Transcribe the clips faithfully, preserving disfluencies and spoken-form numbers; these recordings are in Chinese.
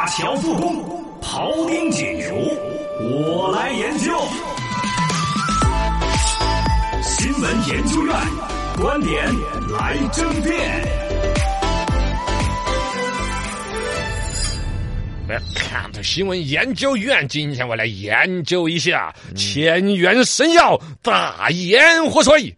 桥复工，庖丁解牛，我来研究。新闻研究院观点来争辩。 看着新闻研究院，今天我来研究一下千元神药大盐湖水，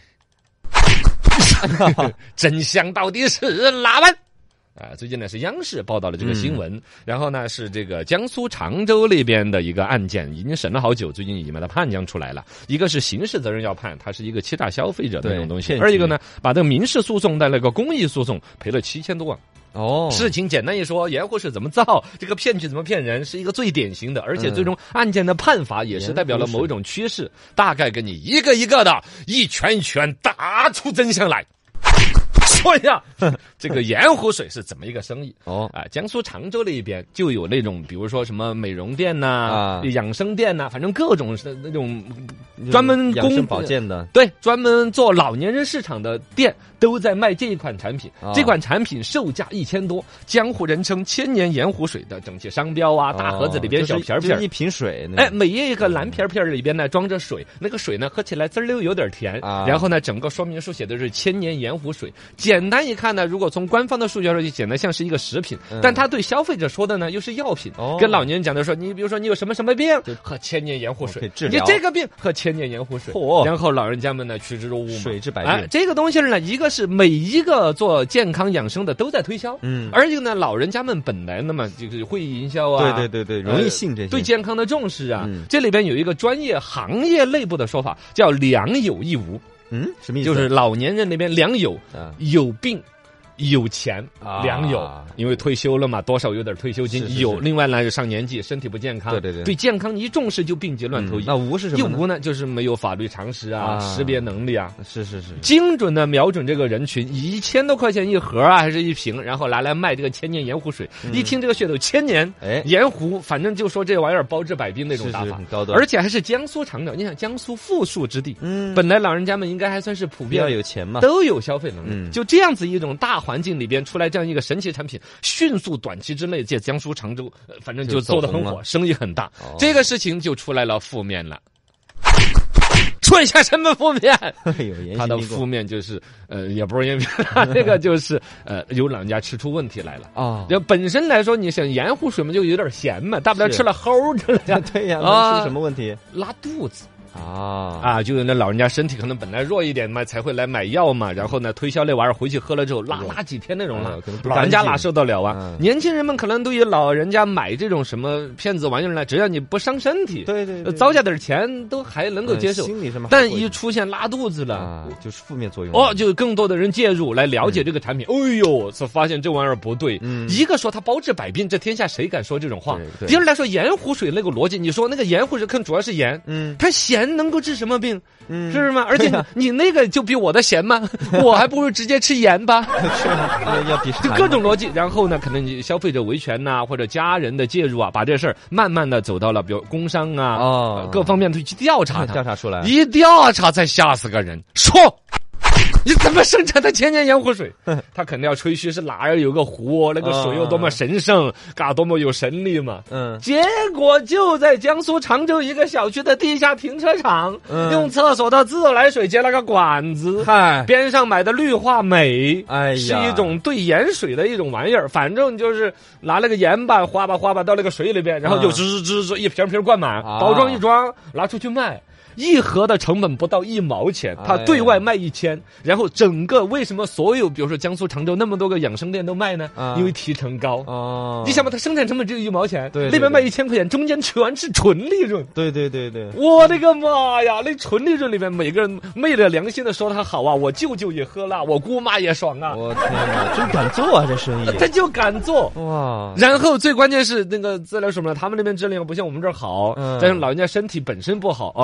真相到底是哪般？啊，最近呢是央视报道了这个新闻，嗯、然后呢是这个江苏常州那边的一个案件，已经审了好久，最近已经把它判将出来了。一个是刑事责任要判，它是一个欺诈消费者的那种东西；二一个呢，把这个民事诉讼带了个公益诉讼，赔了七千多万。哦，事情简单一说，盐湖水怎么造，这个骗局怎么骗人，是一个最典型的，而且最终案件的判罚也是代表了某一种趋势，嗯、大概给你一个一个的一圈一圈打出真相来。说一下这个盐湖水是怎么一个生意哦啊？江苏常州那一边就有那种，比如说什么美容店呐、啊、养生店呐、啊，反正各种那种专门养生保健的， 对，专门做老年人市场的店都在卖这一款产品。哦、这款产品售价一千多，江湖人称千年盐湖水的整齐商标啊，大盒子里边小瓶瓶、 哦就是、一瓶水， 哎，每一个蓝瓶瓶里边呢装着水，那个水呢喝起来滋溜有点甜，啊、然后呢整个说明书写的是千年盐湖水。简单一看呢，如果从官方的数据来说，就显得像是一个食品，嗯、但他对消费者说的呢又是药品。哦、跟老年人讲的说，你比如说你有什么什么病，喝千年盐湖水；你这个病喝千年盐湖水。哦、然后老人家们呢趋之若鹜， 水治百病。 哎，这个东西呢，一个是每一个做健康养生的都在推销，嗯，而且呢，老人家们本来那么就是会营销啊， 对对对对，容易信这些， 呃、对健康的重视啊。嗯、这里边有一个专业行业内部的说法，叫良有益无。 嗯，什么意思？ 就是老年人那边良有，啊、有病。有钱良有，啊、因为退休了嘛，多少有点退休金。是是是有，另外呢，上年纪，身体不健康，对对对，对健康一重视就病急乱投医。嗯、 那无是什么呢？ 无呢，就是没有法律常识啊，啊识别能力啊。 是是是， 精准的瞄准这个人群，一千多块钱一盒啊，还是一瓶，然后拿来卖这个千年盐湖水。嗯、一听这个噱头，千年，哎，盐湖，反正就说这玩意儿包治百病那种打法， 是是很高端， 而且还是江苏常州。你想，江苏富庶之地，嗯，本来老人家们应该还算是普遍比较有钱嘛， 都有消费能力。嗯、就这样子一种大环境里边出来。这样一个神奇产品，迅速短期之内在江苏常州，呃、反正就做得很火，生意很大。哦、这个事情就出来了负面了。说一下什么负面？它的负面就是呃，也不是盐皮，这个就是呃，有老人家吃出问题来了啊。就、哦、本身来说，你想盐湖水嘛，就有点咸嘛，大不了吃了齁之类的。 对呀，能出什么问题？ 拉肚子。 啊啊！就是那老人家身体可能本来弱一点嘛，才会来买药嘛。然后呢，推销那玩意儿回去喝了之后，拉拉几天那种了，老人家哪受得了啊？嗯、年轻人们可能对于老人家买这种什么骗子玩意儿呢，只要你不伤身体， 对对对， 糟践点钱都还能够接受。 嗯、心理上但一出现拉肚子了， 啊、就是负面作用。 哦，就更多的人介入来了解这个产品。嗯、哎呦，才发现这玩意儿不对。嗯、一个说它包治百病，这天下谁敢说这种话？第二来说盐湖水那个逻辑，你说那个盐湖水看主要是盐，嗯，它咸能够治什么病？嗯，是吗？而且你那个就比我的咸吗？我还不如直接吃盐吧。 是啊，要比就各种逻辑。然后呢，可能你消费者维权呐、啊，或者家人的介入啊，把这事儿慢慢的走到了比如工商啊，哦、各方面去调查它， 调查出来， 一调查才吓死个人。说。你怎么生产的千年盐湖水？他肯定要吹嘘是哪儿有个湖，那个水有多么神圣，嘎多么有神力嘛。嗯，结果就在江苏常州一个小区的地下停车场，嗯、用厕所的自来水接了个管子，嗨，边上买的氯化镁，哎呀，是一种兑盐水的一种玩意儿，反正就是拿那个盐巴哗吧哗吧到那个水里边，然后就吱吱吱一瓶瓶灌满，啊、包装一装，拿出去卖。一盒的成本不到一毛钱，他对外卖一千，哎、然后整个为什么所有比如说江苏常州那么多个养生店都卖呢？啊、因为提成高哦。你想吧，它生产成本只有一毛钱，对对对，那边卖一千块钱，中间全是纯利润。 对对对对， 我的个妈呀！那纯利润里面每个人昧着良心的说它好啊，我舅舅也喝了，我姑妈也爽啊。 我天哪，真敢做啊这生意！ 他就敢做哇！然后最关键是那个资料什么呢？他们那边质量不像我们这儿好，嗯、但是老人家身体本身不好哦，喝出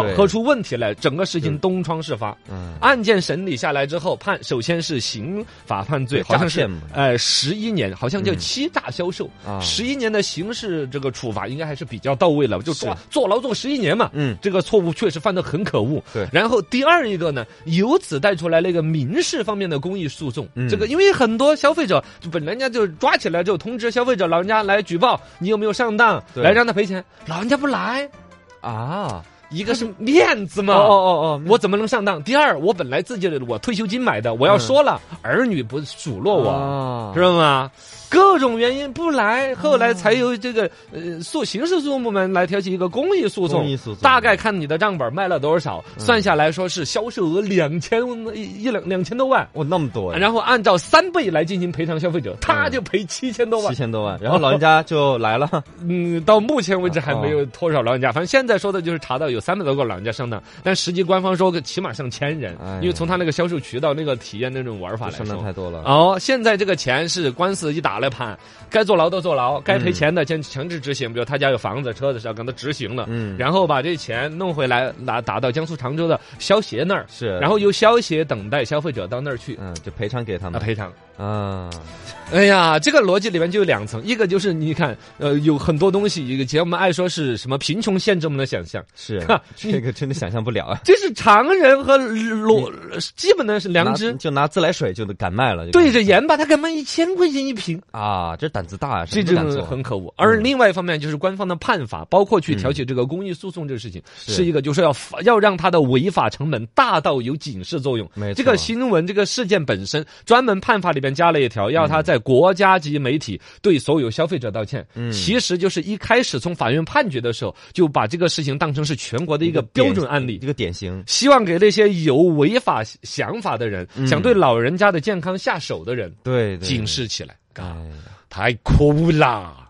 问题来，整个事情东窗事发。嗯，案件审理下来之后，判首先是刑法判罪，好像是呃十一年，好像叫欺诈销售，十一年的刑事这个处罚应该还是比较到位了，就坐坐牢坐十一年嘛。嗯，这个错误确实犯得很可恶。 对， 然后第二一个呢，由此带出来那个民事方面的公益诉讼。嗯，这个因为很多消费者就本来人家就抓起来之后通知消费者老人家来举报你有没有上当，来让他赔钱，老人家不来啊。一个是面子嘛， 哦哦哦， 我怎么能上当？第二，我本来自己的我退休金买的，我要说了，嗯、儿女不数落我，哦、知道吗？各种原因不来，后来才有这个呃诉刑事诉讼部门来挑起一个公益诉讼， 公益诉讼大概看你的账本卖了多少，嗯、算下来说是销售额两千一两两千多万， 哦那么多， 然后按照三倍来进行赔偿消费者，他就赔七千多万， 七千多万，然后老人家就来了， 嗯，到目前为止还没有多少老人家，反正现在说的就是查到有三百多个老人家上当，但实际官方说个起码上千人，哎、因为从他那个销售渠道那个体验那种玩法来说， 上当太多了。 哦，现在这个钱是官司一打来判。该坐牢的坐牢，该赔钱的先强制执行，比如他家有房子、车子是要跟他执行了，嗯，然后把这钱弄回来，拿打到江苏常州的消协那儿， 是， 然后由消协等待消费者到那儿去， 嗯，就赔偿给他们， 啊、赔偿啊。 哎呀，这个逻辑里面就有两层，一个就是你看，呃，有很多东西，以前我们爱说是什么贫穷限制我们的想象， 是这个真的想象不了啊。 这是常人和逻基本的是良知， 就拿自来水就敢卖了， 对着盐吧，他敢卖一千块钱一瓶啊，这胆子大啊， 这种很可恶。而另外一方面就是官方的判罚，包括去挑起这个公益诉讼这个事情，嗯、是一个就是要要让它的违法成本大到有警示作用。 没错， 这个新闻这个事件本身，专门判罚里边加了一条，要他在国家级媒体对所有消费者道歉。嗯，其实就是一开始从法院判决的时候，就把这个事情当成是全国的一个标准案例， 一个典型， 希望给那些有违法想法的人，嗯、想对老人家的健康下手的人， 对， 警示起来。哎，太可恶啦！